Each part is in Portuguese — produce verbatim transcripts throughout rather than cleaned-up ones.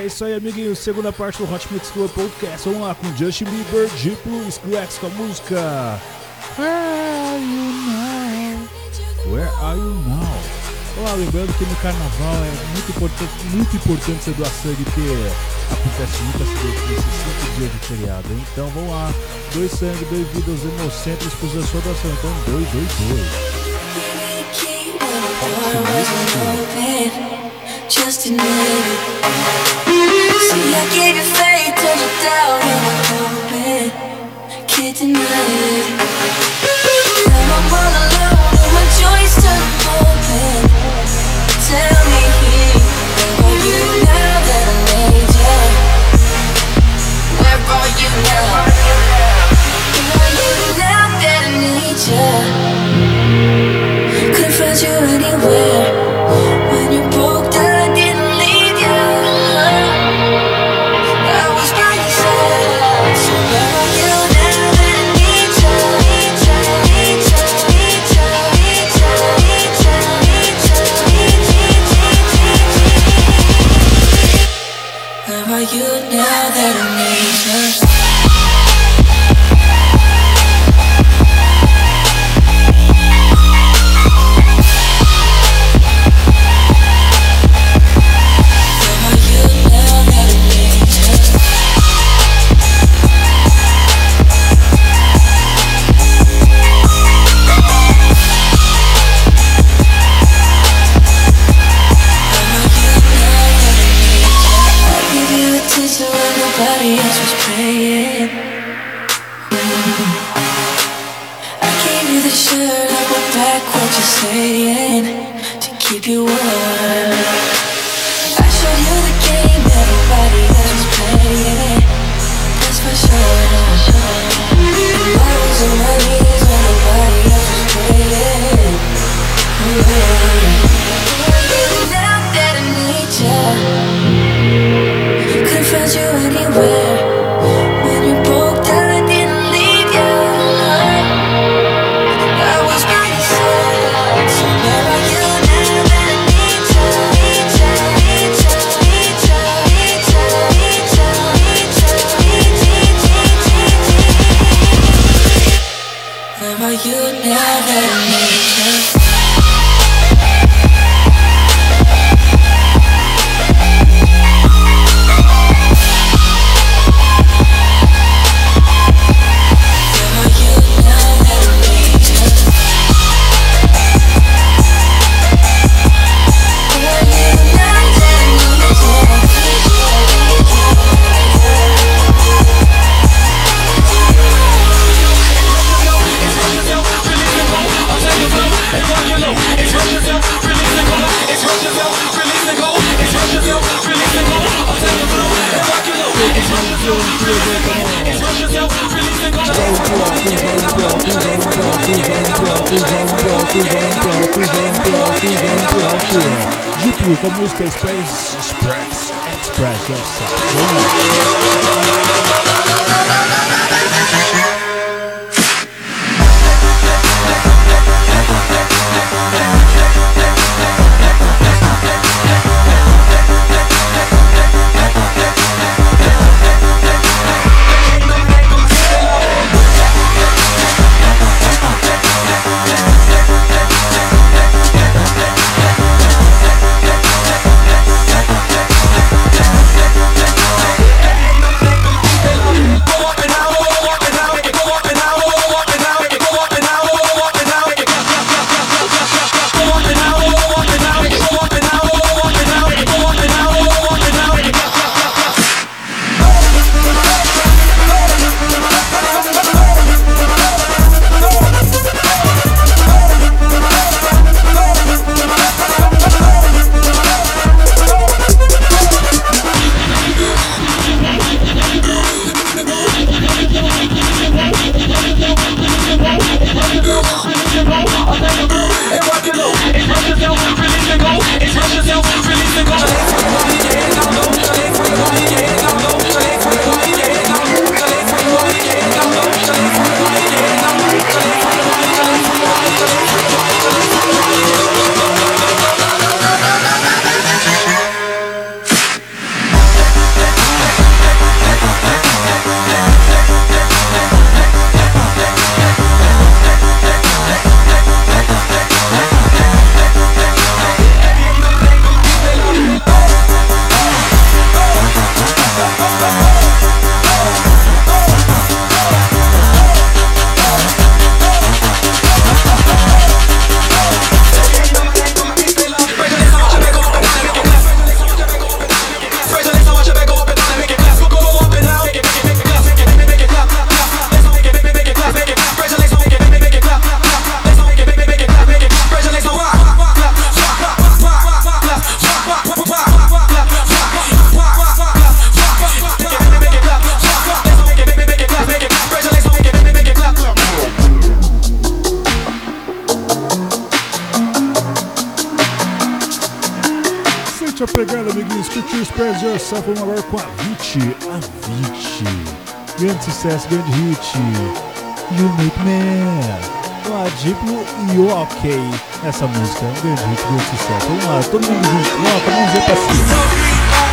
isso aí, amiguinhos. Segunda parte do Hot Mix Club Podcast. Vamos lá com Justin Bieber, Diplo, Skrillex com a música Where Are You Now? Where Are You Now? Olá, lembrando que no carnaval é muito importante, muito importante você doar sangue, porque acontece muito acidente nesses cinco dias de feriado. Hein? Então vamos lá, dois sangue, dois vidas, hemocentros, precisa da sua doação. Então dois, dois, dois. Just admit it. See, I gave you faith, turned you down, you were hoping. Can't deny it. Now I'm all alone, and my joys turn open. Tell me, where are you now that I need you? Where are you now? Where are you now that I need you? Couldn't find you anywhere. When you broke down, I didn't leave you. I was by your side. So where are you now that I need you? Need you, need you, need you, need you, need you, need you, need you, need you. Where are you now that I need you? Nobody else was praying. I gave you the shirt, I went back what you're saying to keep you warm. I showed you the game everybody else was playing. That's for sure. And I was on my knees when nobody else was praying. Now that I need you, found you anywhere. When you broke down, I didn't leave you. I was by your side. So where are you now that I need you? Need you, need you, need you, need you, need you, need you, need you, need you. Where are you now that I need you? Diplo com a música Express, Express, Express Yourself. Go up and Curte a pegada, amiguinhos. Curte o Spread Yourself, vamos agora com a Avicii. Avicii. Grande sucesso, grande hit. You Make Me. Com a Diplo e o OK. Essa música é um grande hit, grande sucesso. Vamos lá, todo mundo junto. Vamos lá, vamos ver pra cima.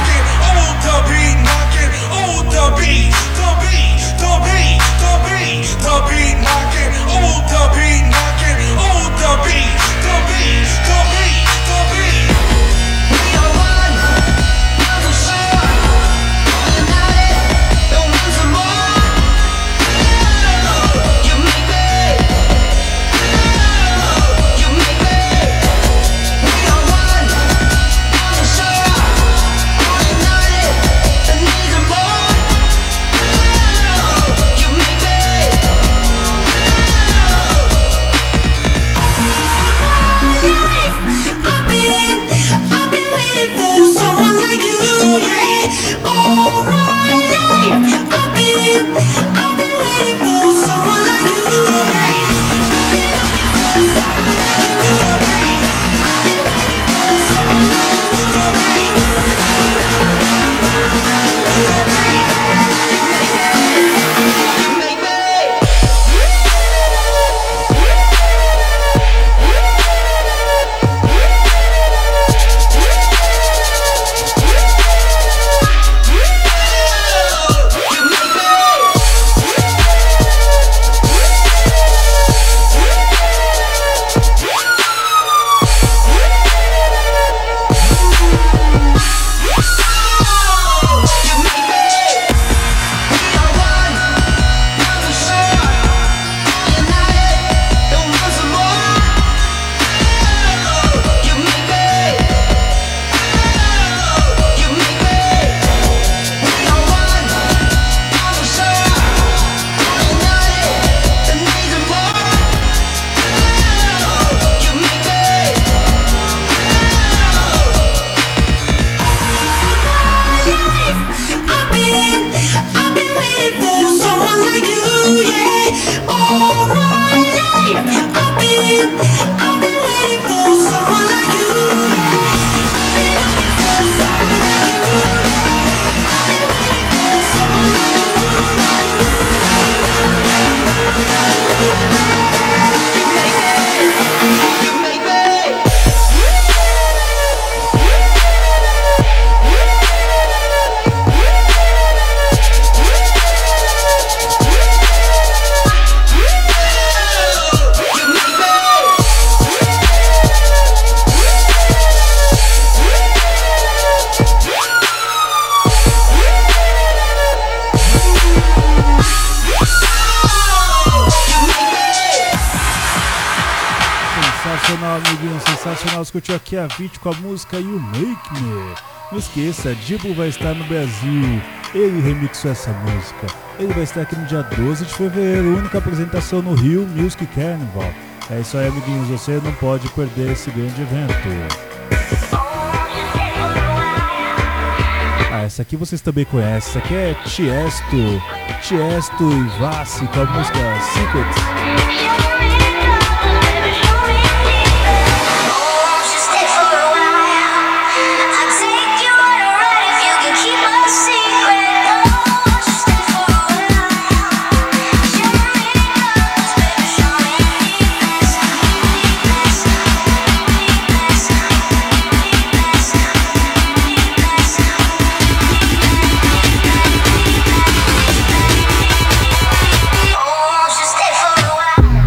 Curtiu aqui a Avicii com a música You Make Me. Não esqueça, Diplo vai estar no Brasil. Ele remixou essa música. Ele vai estar aqui no dia doze de fevereiro, única apresentação no Rio Music Carnival. É isso aí, amiguinhos, você não pode perder esse grande evento. Ah, essa aqui vocês também conhecem. Essa aqui é Tiesto. Tiesto e Vassi com a música Secrets. Stay for a while.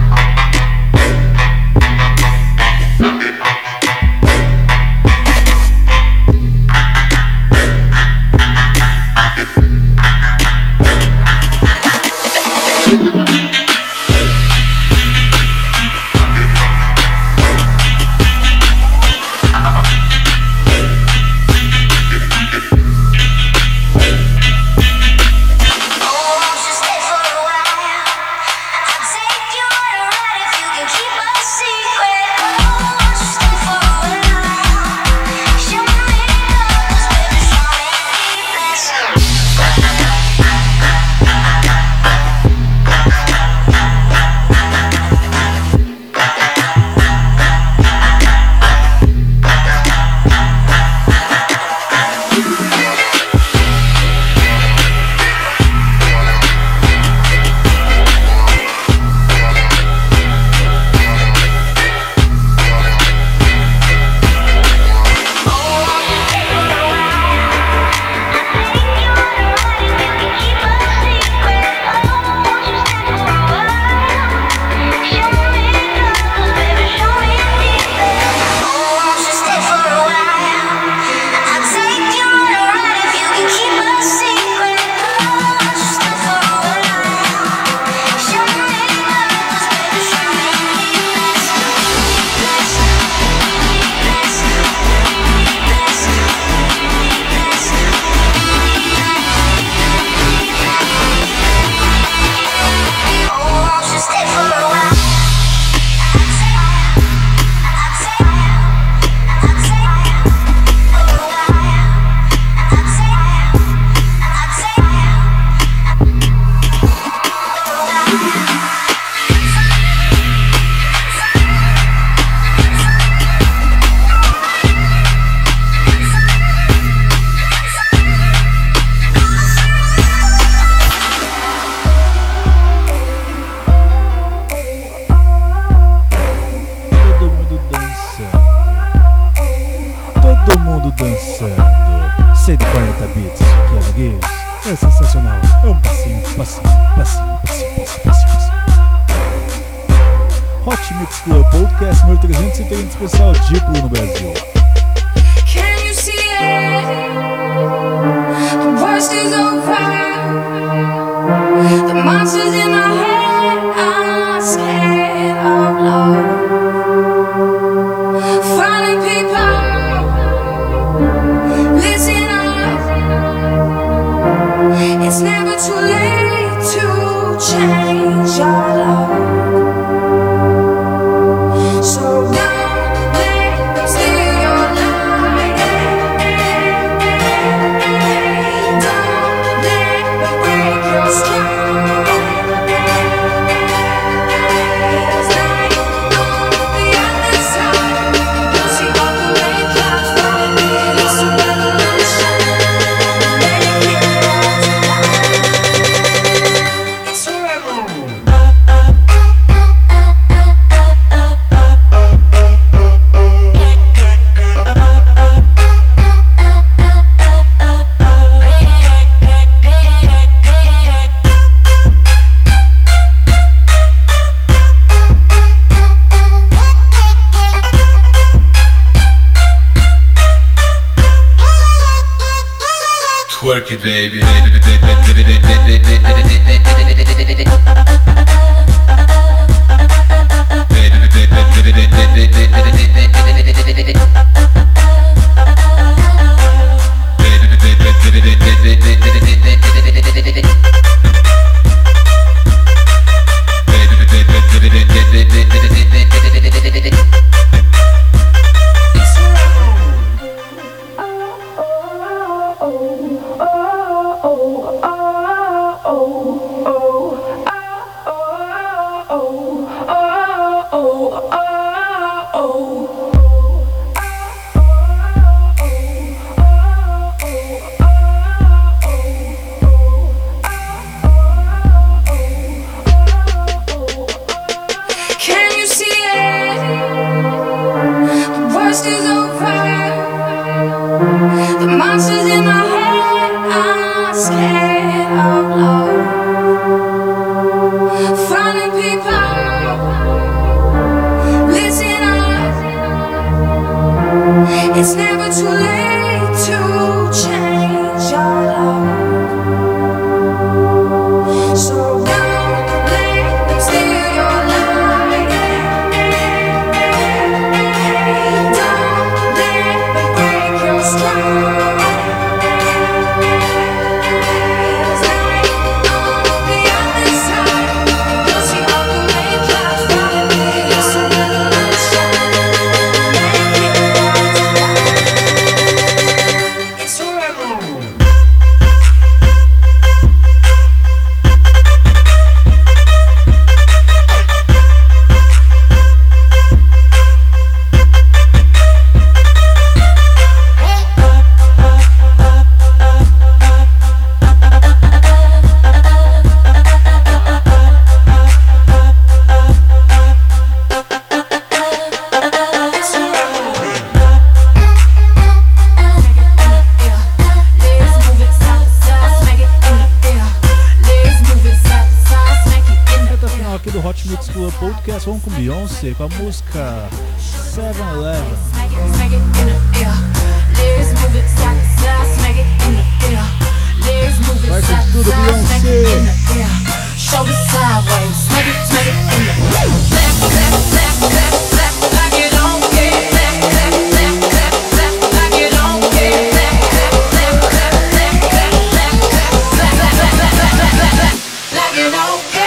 dançando. cento e quarenta bits aqui, amiguinhos. É sensacional. É um passinho, passinho, passinho, passinho, passinho, passinho, passinho. Hot Mix Club Podcast número trezentos e trinta, especial Diplo no Brasil. Can you see it? The worst is over. The monsters in my head are scared of love. Finding people, listen up. It's never too late to change your love. So don't let them steal your light. Don't let them break your stride. There's light on the other side. You'll see all the way clouds follow me. It's a revolution. Make it all tonight. It's a revolution. Twerk it, baby. Can you see it? The worst is over. The monsters in my head are scared of love. Finding people, listen up. It's never too late to change your love. So don't let them steal your light. Don't let them break your stride. There's light on the other side. You'll see all the way clouds follow me. It's a revolution. Make it all tonight. It's a revolution. Reta final aqui do Hot Mix Club Podcast. Vamos com Beyoncé com a música seven eleven. Vai com tudo, Beyoncé. Shoulder sideways, smack it, smack it in the clap, clap, clap, clap, clap, like you don't care. Clap, clap, clap, clap, clap, like you don't care. Clap, clap, clap, clap, clap, clap, clap, clap, clap, clap, clap, clap, clap, clap, like you don't care.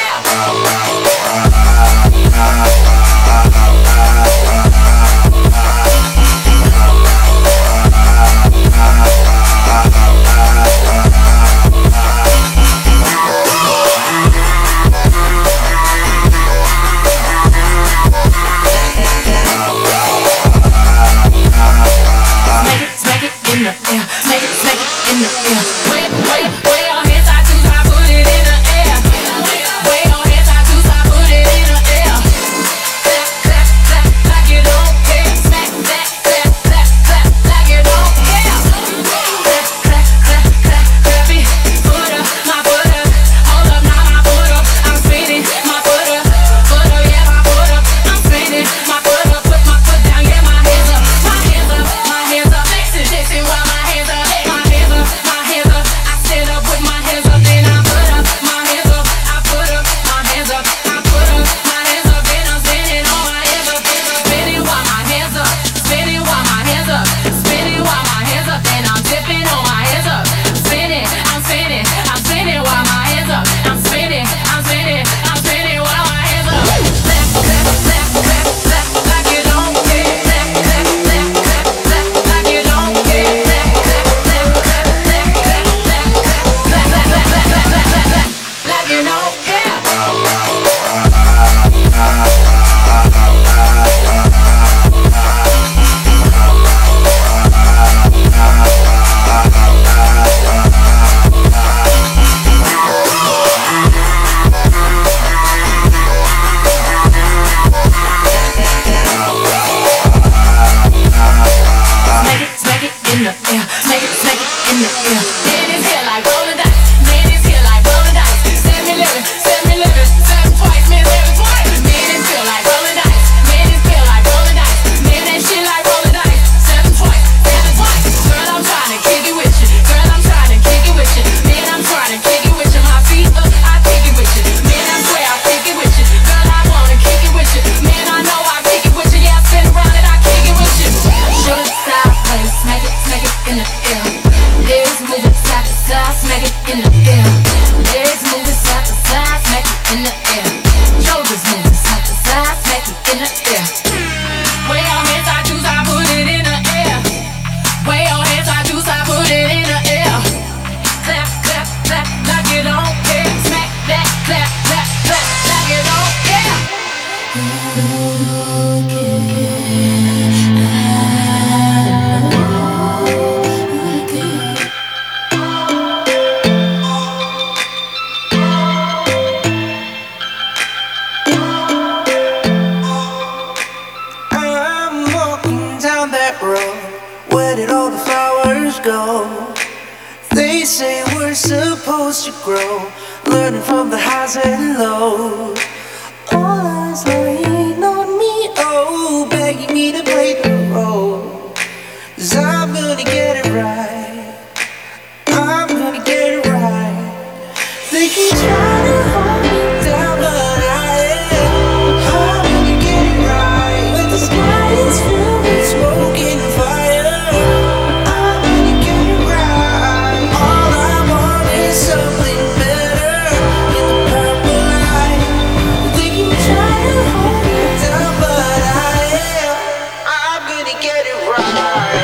Where did all the flowers go? They say we're supposed to grow, learning from the highs and lows. All eyes lying on me, oh, begging me to play the role. 'Cause I'm gonna get it right, I'm gonna get it right. They can try to hold me down, but I am, I'm gonna get it right. When the sky is filled with smoke and fire, I'm gonna get it right. All I want is something better in the purple light. They can try to hold me down, but I am, I'm gonna get it right.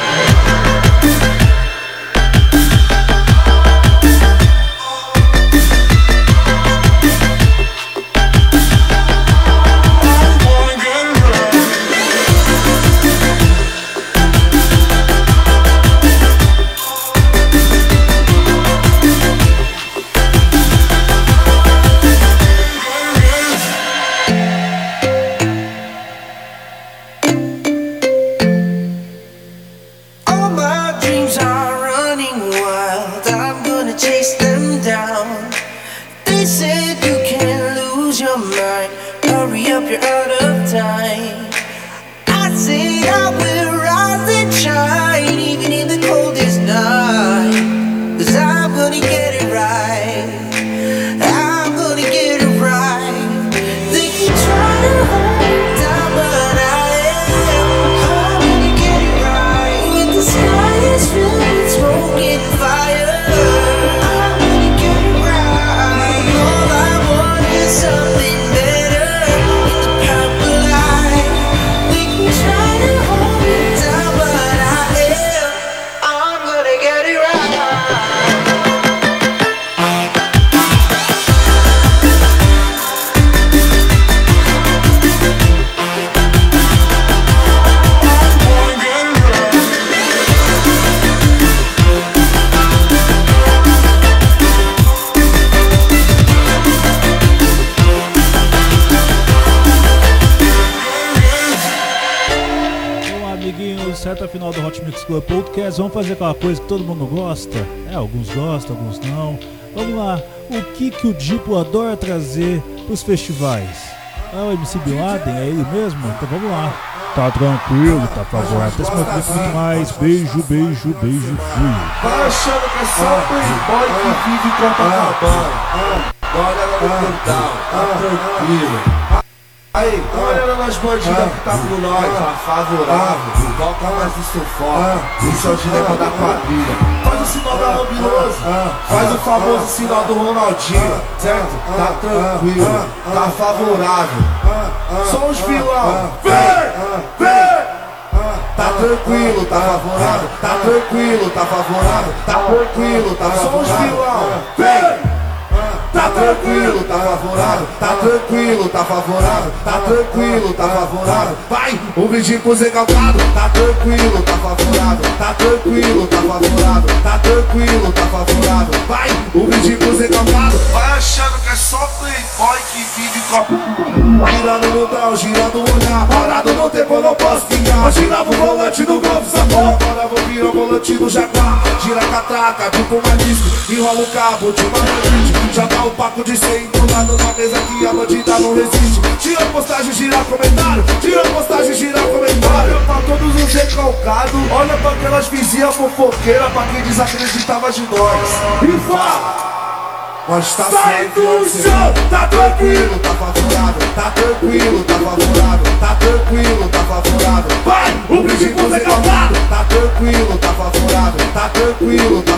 All my dreams are running wild, I'm gonna chase them down. They said you can't lose your mind, hurry up, you're out of time. I said I will rise and shine, even in the coldest night. 'Cause I'm gonna get it right, I'm gonna get it right. They can try to hold me down, but I am, I'm gonna get it right. When the sky is filled with smoke and fire, I'm gonna get it right. All I want is something better in the purple light. They can try to hold me down, but I am, I'm gonna get it right. Olá, amiguinhos, reta final do Hot Mix Club Podcast. Vamos fazer aquela coisa que todo mundo gosta? É, alguns gostam, alguns não. Vamos lá, o que, que o Diplo adora trazer pros festivais? É o M C Bin Laden, é ele mesmo? Então vamos lá. Tá tranquilo, tá favorável. Até semana que vem, muito mais. Beijo, beijo, beijo, fui. Tá achando que é só playboy que vive com Copacabana? Olha lá no quintal, tá tranquilo. Aí, olha lá nas bandidas que tá por nós, tá favorável. Toca mais o sufoca, isso é o dilema da quadrilha. Faz o sinal da ambuloso, faz o famoso sinal do Ronaldinho, certo? Tá tranquilo, tá favorável. Só os vilão, vem, vem! Tá tranquilo, tá favorável, tá tranquilo, tá favorável, tá tranquilo, tá favorável. Só os vilão, vem! Tá tranquilo, tá favorável, tá tranquilo, tá favorável, tá tranquilo, tá favorável. Vai, o vídeo pro Zé Calcado, tá tranquilo, tá favorável, tá tranquilo, tá favorável, tá tranquilo, tá favorável. Vai, o vídeo pro Zé Calcado. Vai achando que é só playboy que vive com. Girando no grau, girando o olhar, parado no tempo eu não posso pingar. Mas girava o volante do Golf Safon, agora vou virar o volante do Jaguar. Gira a catraca, tipo uma disco, enrola o cabo de uma bandite. Já tá o paco de cem do lado na mesa que a bandida não resiste. Tira a postagem, gira comentário, tira a postagem, gira comentário. Pra todos os recalcados, olha pra aquelas vizinhas fofoqueiras, pra quem desacreditava de nós. E fala! Nós tá sai do chão, tá tranquilo, tá favorável, tá tranquilo, tá favorável, tá tranquilo, tá favorável. Vai, o brinde pro Zé Calcado, tá tranquilo, tá favorável, tá tranquilo, tá